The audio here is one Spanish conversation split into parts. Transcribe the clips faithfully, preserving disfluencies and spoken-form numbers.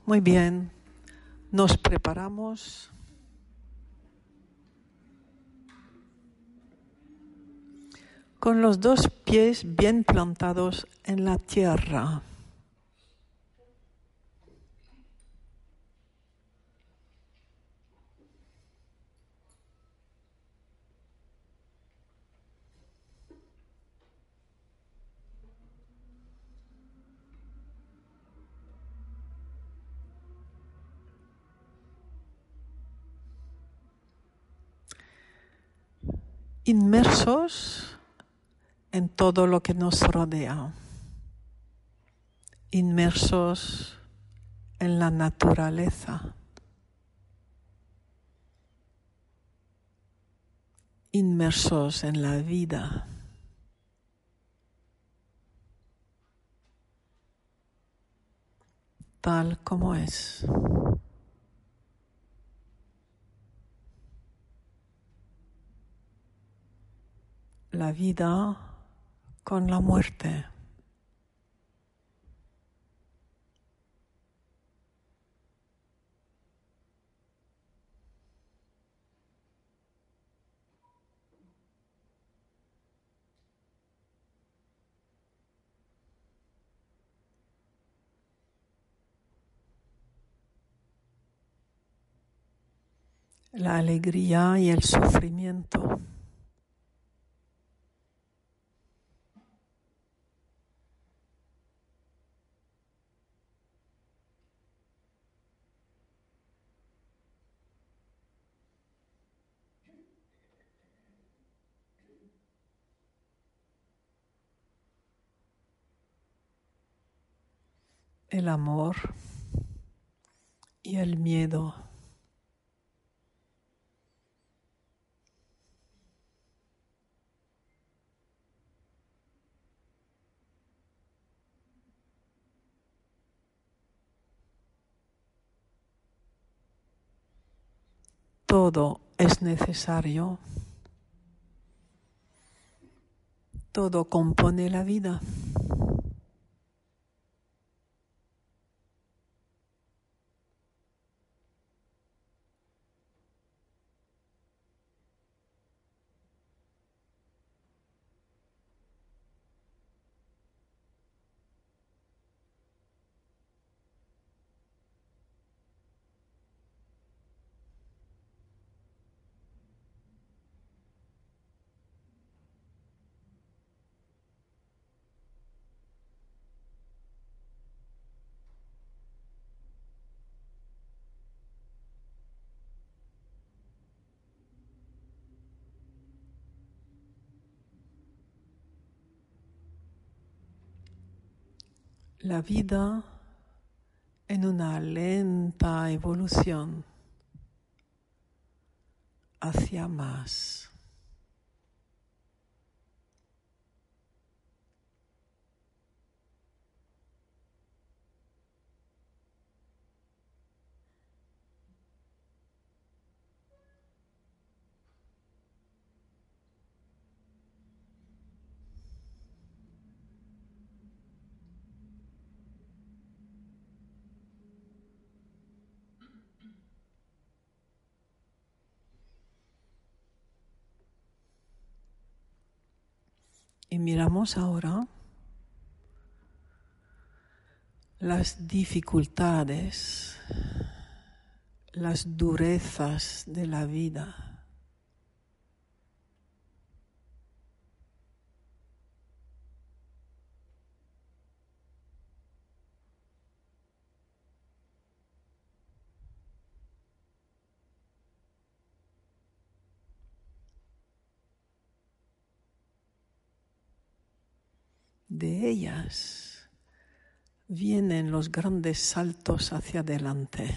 Muy bien, nos preparamos. Con los dos pies bien plantados en la tierra. Inmersos en todo lo que nos rodea. Inmersos en la naturaleza. Inmersos en la vida. Tal como es. La vida con la muerte. La alegría y el sufrimiento. El amor y el miedo. Todo es necesario. Todo compone la vida. La vida en una lenta evolución hacia más. Y miramos ahora las dificultades, las durezas de la vida. De ellas vienen los grandes saltos hacia adelante.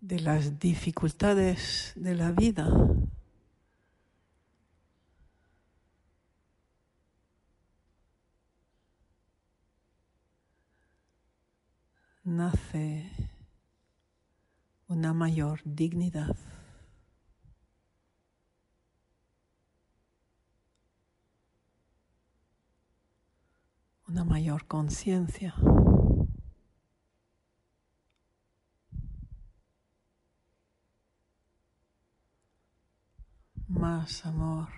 de las dificultades de la vida. Nace una mayor dignidad, una mayor conciencia, más amor.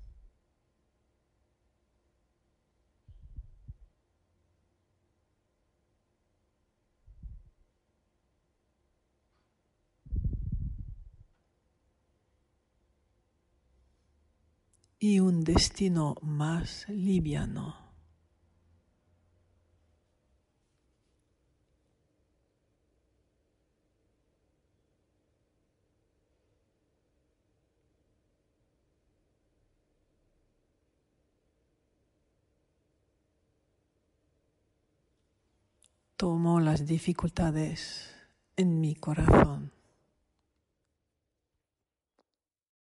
Y un destino más liviano. Tomo las dificultades en mi corazón.